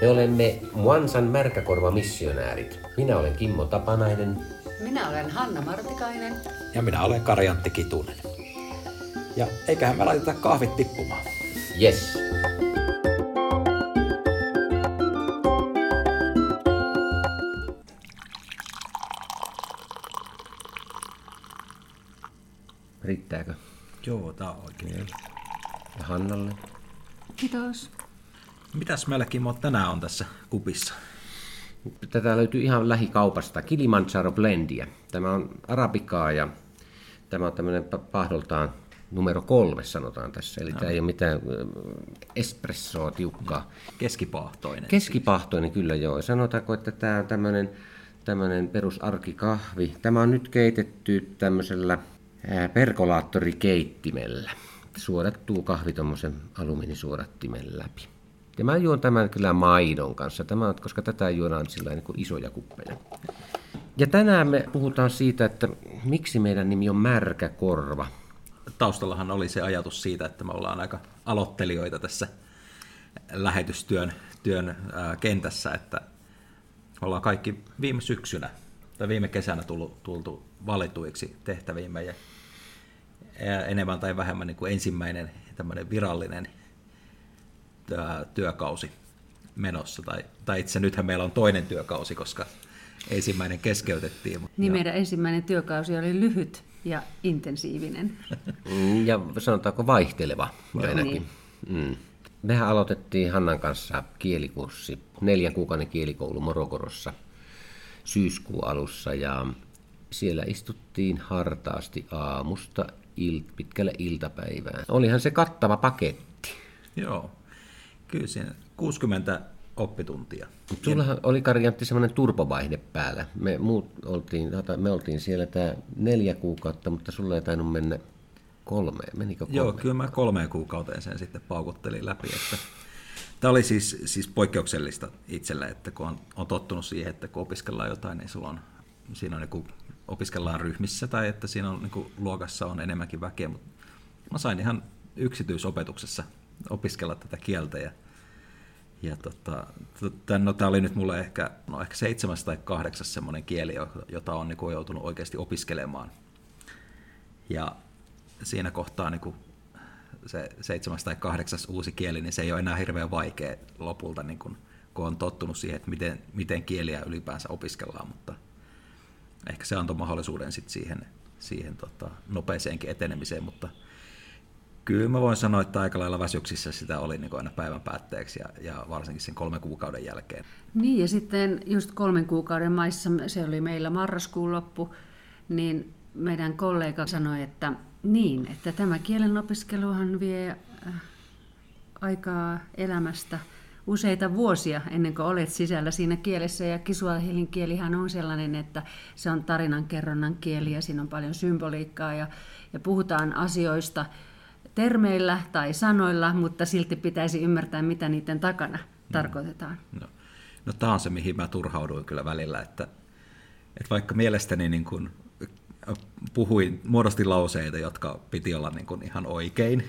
Me olemme Mwansan märkäkorvamissionäärit. Minä olen Kimmo Tapanainen. Minä olen Hanna Martikainen. Ja minä olen Kari-Antti Kitunen. Ja eiköhän me laiteta kahvit tippumaan. Yes. Riittääkö? Joo, tää on oikein. Ja Hannalle? Kiitos. Mitäs meillä, Kimmo, tänään on tässä kupissa? Tätä löytyy ihan lähikaupasta. Kilimanjaro Blendiä. Tämä on arabikaa ja tämä on tämmöinen pahdoltaan numero 3 sanotaan tässä. Eli tämä ei ole mitään espressoa tiukkaa. Keskipahtoinen. Keskipahtoinen kyllä joo. Sanotaanko, että tämä on tämmöinen perusarkikahvi. Tämä on nyt keitetty tämmöisellä perkolaattorikeittimellä. Suodattuu kahvi tuommoisen alumiinisuodattimen läpi. Ja mä juon tämän kyllä maidon kanssa, koska tätä juodaan sillä niin kuin isoja kuppeja. Ja tänään me puhutaan siitä, että miksi meidän nimi on Märkä Korva. Taustallahan oli se ajatus siitä, että me ollaan aika aloittelijoita tässä lähetystyön kentässä, että ollaan kaikki viime syksynä tai viime kesänä tultu valituiksi tehtäviimme ja enemmän tai vähemmän niin kuin ensimmäinen tämmöinen virallinen työkausi menossa. Tai itse nythän meillä on toinen työkausi, koska ensimmäinen keskeytettiin. Niin meidän ensimmäinen työkausi oli lyhyt ja intensiivinen. Ja sanotaanko vaihteleva ainakin. Niin. Mehän aloitettiin Hannan kanssa kielikurssi, 4 kuukauden kielikoulu Morogorossa syyskuun alussa ja siellä istuttiin hartaasti aamusta pitkällä iltapäivään. Olihan se kattava paketti. Joo, kyllä siinä 60 oppituntia. Sullahan oli, Kari-Antti, semmoinen turbovaihde päällä. Me oltiin siellä tämä 4 kuukautta, mutta sulla ei tainnut mennä 3. Menikö 3? Joo, kyllä mä 3 kuukauteen sen sitten paukuttelin läpi. Tämä oli siis poikkeuksellista itselle, että kun on tottunut siihen, että kun opiskellaan jotain, niin siinä on niin opiskellaan ryhmissä tai että siinä on niin luokassa on enemmänkin väkeä, mutta mä sain ihan yksityisopetuksessa opiskella tätä kieltä tämä oli nyt mulle ehkä 7 tai 8 semmoinen kieli, jota on niin joutunut oikeasti opiskelemaan. Ja siinä kohtaa niin se 7 tai 8 uusi kieli, niin se ei ole enää hirveän vaikea lopulta, niin kun on tottunut siihen, että miten kieliä ylipäänsä opiskellaan, mutta ehkä se antoi mahdollisuuden sit siihen nopeeseenkin etenemiseen, mutta kyllä mä voin sanoa, että aika lailla väsyksissä sitä oli niin aina päivän päätteeksi ja varsinkin sen 3 kuukauden jälkeen. Niin ja sitten just 3 kuukauden maissa, se oli meillä marraskuun loppu, niin meidän kollega sanoi, että tämä kielen opiskeluhan vie aikaa elämästä useita vuosia ennen kuin olet sisällä siinä kielessä. Ja kiswahilin kielihän on sellainen, että se on tarinankerronnan kieli ja siinä on paljon symboliikkaa ja puhutaan asioista termeillä tai sanoilla, mutta silti pitäisi ymmärtää, mitä niiden takana tarkoitetaan. No tämä on se, mihin mä turhauduin kyllä välillä, että vaikka mielestäni niin kun muodostin lauseita, jotka piti olla niin kun ihan oikein,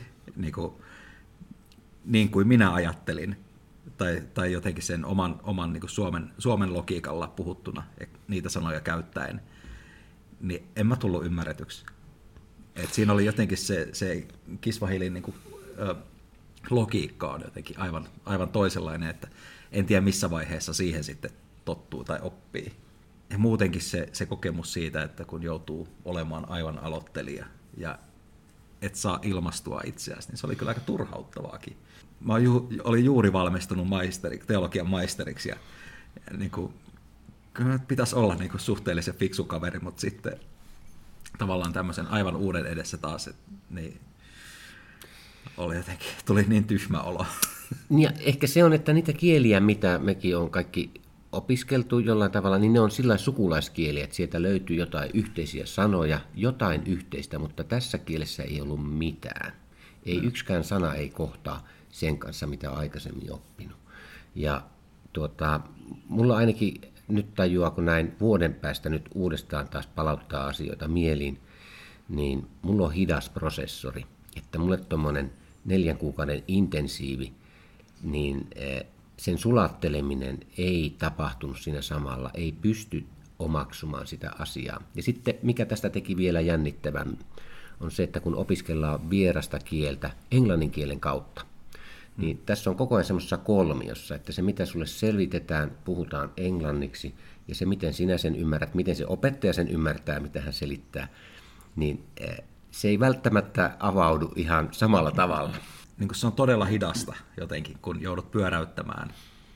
niin kuin minä ajattelin, tai jotenkin sen oman niin kuin Suomen logiikalla puhuttuna, niitä sanoja käyttäen, niin en mä tullut ymmärretyksi. Et siinä oli jotenkin se kiswahilin niin kuin, logiikka on jotenkin aivan toisenlainen, että en tiedä missä vaiheessa siihen sitten tottuu tai oppii. Ja muutenkin se kokemus siitä, että kun joutuu olemaan aivan aloittelija ja et saa ilmastua itseäsi, niin se oli kyllä aika turhauttavaakin. Mä olin juuri valmistunut teologian maisteriksi ja niin kuin, kyllä pitäisi olla niin kuin suhteellisen fiksu kaveri, mutta sitten tavallaan tämmöisen aivan uuden edessä taas, niin oli jotenkin, tuli niin tyhmä olo. Ja ehkä se on, että niitä kieliä, mitä mekin on kaikki opiskeltu jollain tavalla, niin ne on sillä sukulaiskieliä, että sieltä löytyy jotain yhteisiä sanoja, jotain yhteistä, mutta tässä kielessä ei ollut mitään. Ei yksikään sana ei kohtaa sen kanssa, mitä on aikaisemmin oppinut. Ja mulla ainakin nyt tajuaa, kun näin vuoden päästä nyt uudestaan taas palauttaa asioita mieliin, niin mulla on hidas prosessori. Että mulle tuommoinen 4 kuukauden intensiivi, niin sen sulatteleminen ei tapahtunut siinä samalla, ei pysty omaksumaan sitä asiaa. Ja sitten mikä tästä teki vielä jännittävän, on se, että kun opiskellaan vierasta kieltä englannin kielen kautta, niin tässä on koko ajan semmoisessa kolmiossa, että se mitä sulle selvitetään, puhutaan englanniksi, ja se miten sinä sen ymmärrät, miten se opettaja sen ymmärtää, mitä hän selittää, niin se ei välttämättä avaudu ihan samalla tavalla. Niin kuin se on todella hidasta jotenkin, kun joudut pyöräyttämään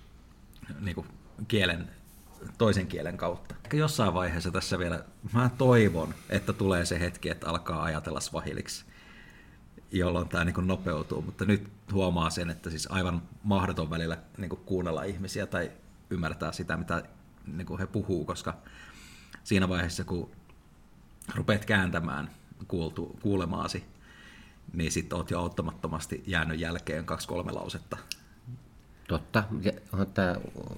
niin kuin toisen kielen kautta. Jossain vaiheessa tässä vielä, mä toivon, että tulee se hetki, että alkaa ajatella swahiliksi, jolloin tämä niin kuin nopeutuu, mutta nyt huomaa sen, että siis aivan mahdoton välillä niin kuin kuunnella ihmisiä tai ymmärtää sitä, mitä niin kuin he puhuu, koska siinä vaiheessa, kun rupeat kääntämään kuulemaasi, niin sitten olet jo auttamattomasti jäänyt jälkeen 2-3 lausetta. Totta. Tämä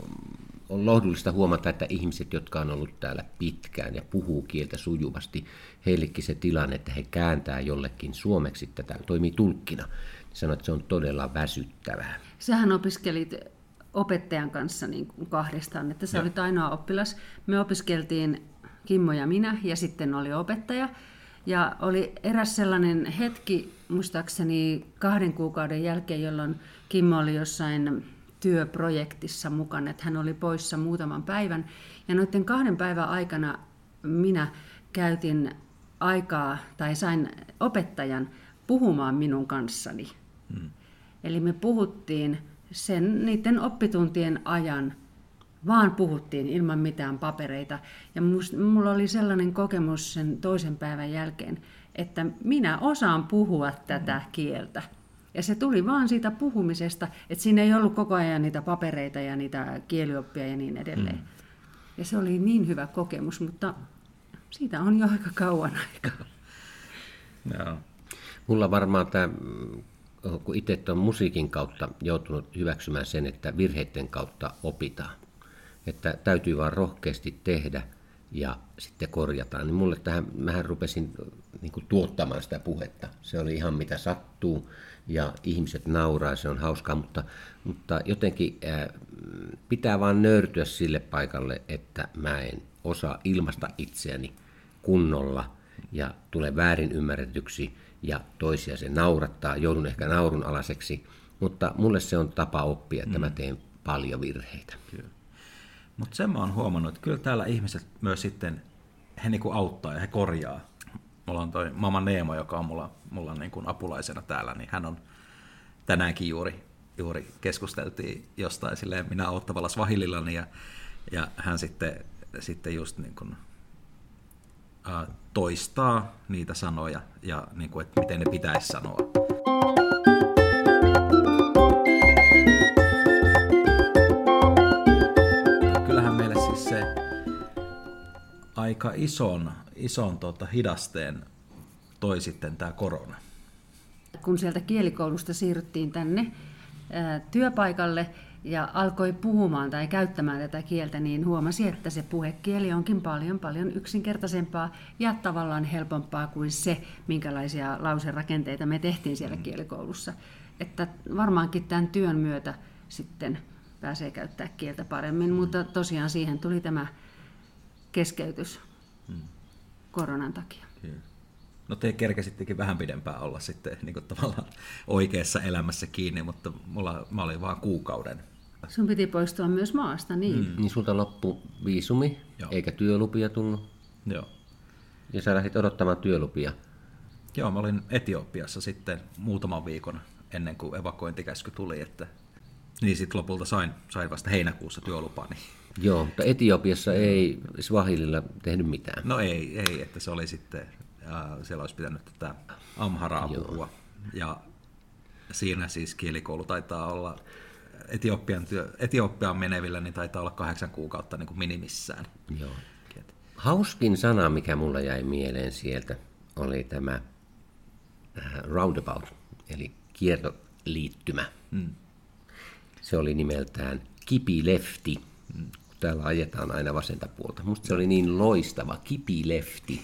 on lohdullista huomata, että ihmiset, jotka on ollut täällä pitkään ja puhuu kieltä sujuvasti, heillekin se tilanne, että he kääntää jollekin suomeksi tätä, toimii tulkkina, niin sanoo, että se on todella väsyttävää. Sähän opiskelit opettajan kanssa niin kuin kahdestaan, että sä olit ainoa oppilas. Me opiskeltiin, Kimmo ja minä, ja sitten oli opettaja. Ja oli eräs sellainen hetki, muistaakseni 2 kuukauden jälkeen, jolloin Kimmo oli jossain työprojektissa mukana, että hän oli poissa muutaman päivän. Ja noiden 2 päivän aikana minä käytin aikaa, tai sain opettajan puhumaan minun kanssani. Eli me puhuttiin niiden oppituntien ajan, vaan puhuttiin ilman mitään papereita. Ja mulla oli sellainen kokemus sen 2 päivän jälkeen, että minä osaan puhua tätä kieltä. Ja se tuli vaan siitä puhumisesta, että siinä ei ollut koko ajan niitä papereita ja niitä kielioppia ja niin edelleen. Ja se oli niin hyvä kokemus, mutta siitä on jo aika kauan aikaa. Joo. Mulla varmaan tämä, kun itse on musiikin kautta joutunut hyväksymään sen, että virheiden kautta opitaan. Että täytyy vaan rohkeasti tehdä ja sitten korjataan. Niin mulle mähän rupesin niin kuin tuottamaan sitä puhetta. Se oli ihan mitä sattuu ja ihmiset nauraa, se on hauskaa, mutta jotenkin pitää vaan nöyrtyä sille paikalle, että mä en osaa ilmaista itseäni kunnolla ja tulee väärin ymmärretyksi ja toisia se naurattaa, joudun ehkä naurun alaseksi, mutta mulle se on tapa oppia, että mä teen paljon virheitä. Mutta sen mä oon huomannut, että kyllä täällä ihmiset myös sitten, he niinku auttaa ja he korjaa. Mulla on toi Mama Neemo, joka on mulla niin kuin apulaisena täällä, niin hän on tänäänkin juuri keskusteltiin jostain silleen minä auttavalla swahilillani ja hän sitten just niin kuin, toistaa niitä sanoja ja niin kuin, että miten ne pitäisi sanoa. Kyllähän meille siis se aika ison hidasteen toi sitten tämä korona. Kun sieltä kielikoulusta siirryttiin tänne työpaikalle ja alkoi puhumaan tai käyttämään tätä kieltä, niin huomasi, että se puhekieli onkin paljon yksinkertaisempaa ja tavallaan helpompaa kuin se, minkälaisia lauserakenteita me tehtiin siellä kielikoulussa. Että varmaankin tämän työn myötä sitten pääsee käyttää kieltä paremmin, mutta tosiaan siihen tuli tämä keskeytys koronan takia. No te kerkesittekin vähän pidempään olla sitten niin kuin tavallaan oikeassa elämässä kiinni, mutta mä olin vaan kuukauden. Sun piti poistua myös maasta, niin? Niin sulta loppui viisumi, eikä työlupia tullut. Joo. Ja sä lähdit odottamaan työlupia. Joo, mä olin Etiopiassa sitten muutaman viikon ennen kuin evakuointikäsky tuli, että niin sitten lopulta sain vasta heinäkuussa työlupani. Joo, mutta Etiopiassa ei swahililla tehnyt mitään. No ei, että se oli sitten, siellä olisi pitänyt tätä amharaa puhua. Ja siinä siis kielikoulu taitaa olla, Etiopiaan menevillä, niin taitaa olla 8 kuukautta niin kuin minimissään. Joo. Hauskin sana, mikä mulla jäi mieleen sieltä, oli tämä roundabout, eli kiertoliittymä. Se oli nimeltään kipilefti. Täällä ajetaan aina vasenta puolta. Musta se oli niin loistava, kipilefti.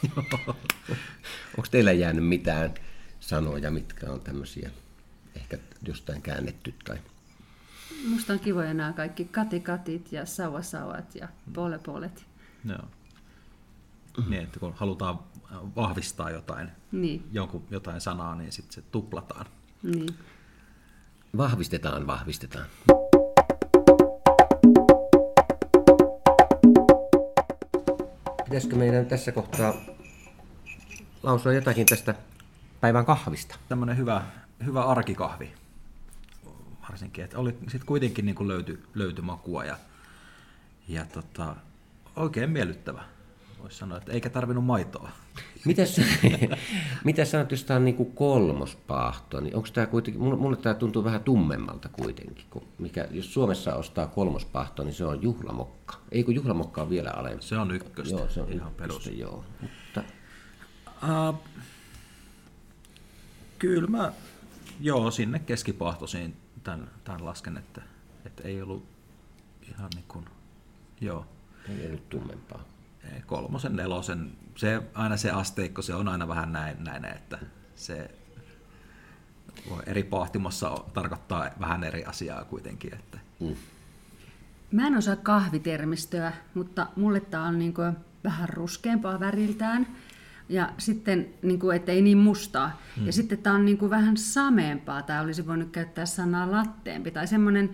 Onko teillä jäänyt mitään sanoja, mitkä on tämmöisiä, ehkä jostain käännetty? Tai? Musta on kivoja nämä kaikki katikatit ja sauvat ja polepolet. Joo. Niin, että kun halutaan vahvistaa Niin. jotain sanaa, niin sitten se tuplataan. Niin. Vahvistetaan. Pitäisikö meidän tässä kohtaa lausua jotakin tästä päivän kahvista? Tämmöinen hyvä arkikahvi varsinkin, että oli sitten kuitenkin niin kuin löytyi makua ja oikein miellyttävä. Voisi sanoa, että eikä tarvinnut maitoa. Mitäs sanot, jos tämä on niin kuin kolmospaahto, niin onko tämä kuitenkin, mulle tämä tuntuu vähän tummemmalta kuitenkin, jos Suomessa ostaa kolmospaahto, niin se on juhlamokka. Ei kun juhlamokka on vielä alempi. Se on ykköstä. Joo, se on ihan ykköstä, perus. joo. Mutta... Kyllä mä sinne keskipahtosiin tämän lasken, että ei ollut ihan niin kuin, Ei ollut tummempaa. 3, 4, aina se asteikko, se on aina vähän näin, että se voi eri pahtimossa tarkoittaa vähän eri asiaa kuitenkin. Että. Mä en osaa kahvitermistöä, mutta mulle tää on niinku vähän ruskeampaa väriltään. Ja sitten, niinku, että ei niin mustaa. Ja sitten tää on niinku vähän sameempaa, tai olisi voinut käyttää sanaa latteempi, tai semmoinen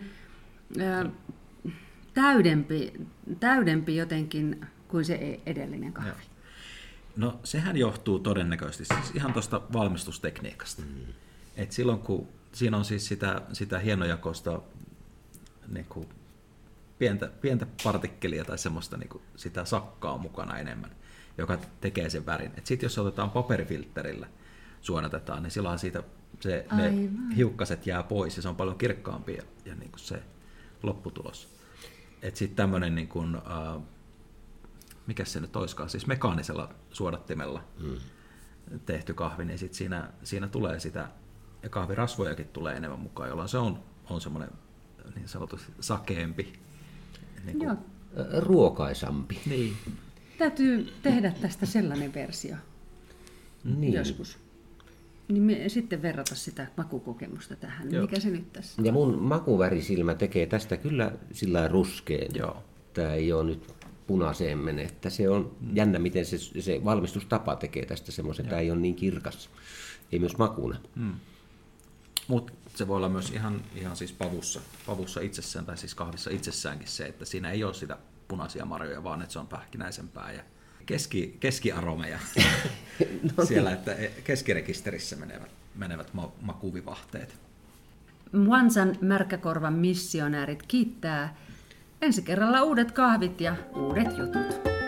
täydempi jotenkin kuin se edellinen kahvi. Joo. No sehän johtuu todennäköisesti siis ihan tuosta valmistustekniikasta. Et silloin kun siinä on siis sitä hienojakoista niin kuin pientä partikkelia tai semmoista niin kuin sitä sakkaa mukana enemmän, joka tekee sen värin. Sitten jos otetaan paperifiltterillä suodatetaan, niin silloin ne hiukkaset jää pois ja se on paljon kirkkaampi ja niin kuin se lopputulos. Sitten tämmöinen niin kuin, mikä se nyt olisikaan, siis mekaanisella suodattimella tehty kahvi, niin sit siinä tulee sitä, ja kahvirasvojakin tulee enemmän mukaan, jolloin se on semmoinen niin sanotusti sakeempi. Niin kuin, ruokaisampi. Niin. Täytyy tehdä tästä sellainen versio joskus. Niin me sitten verrata sitä makukokemusta tähän. Joo. Mikä se nyt tässä? Ja mun makuvärisilmä tekee tästä kyllä sillä ruskeen. Joo. Tämä ei ole nyt punaiseen mene. Että se on jännä, miten se valmistustapa tekee tästä semmoisen. Tämä ei ole niin kirkas. Ei myös makuna. Mutta se voi olla myös ihan siis pavussa itsessään, tai siis kahvissa itsessäänkin se, että siinä ei ole sitä punaisia marjoja, vaan että se on pähkinäisempää ja keskiaromeja siellä, että keskirekisterissä menevät makuvivahteet. Mwanzan märkäkorvan missionäärit kiittää. Ensi kerralla uudet kahvit ja uudet jutut.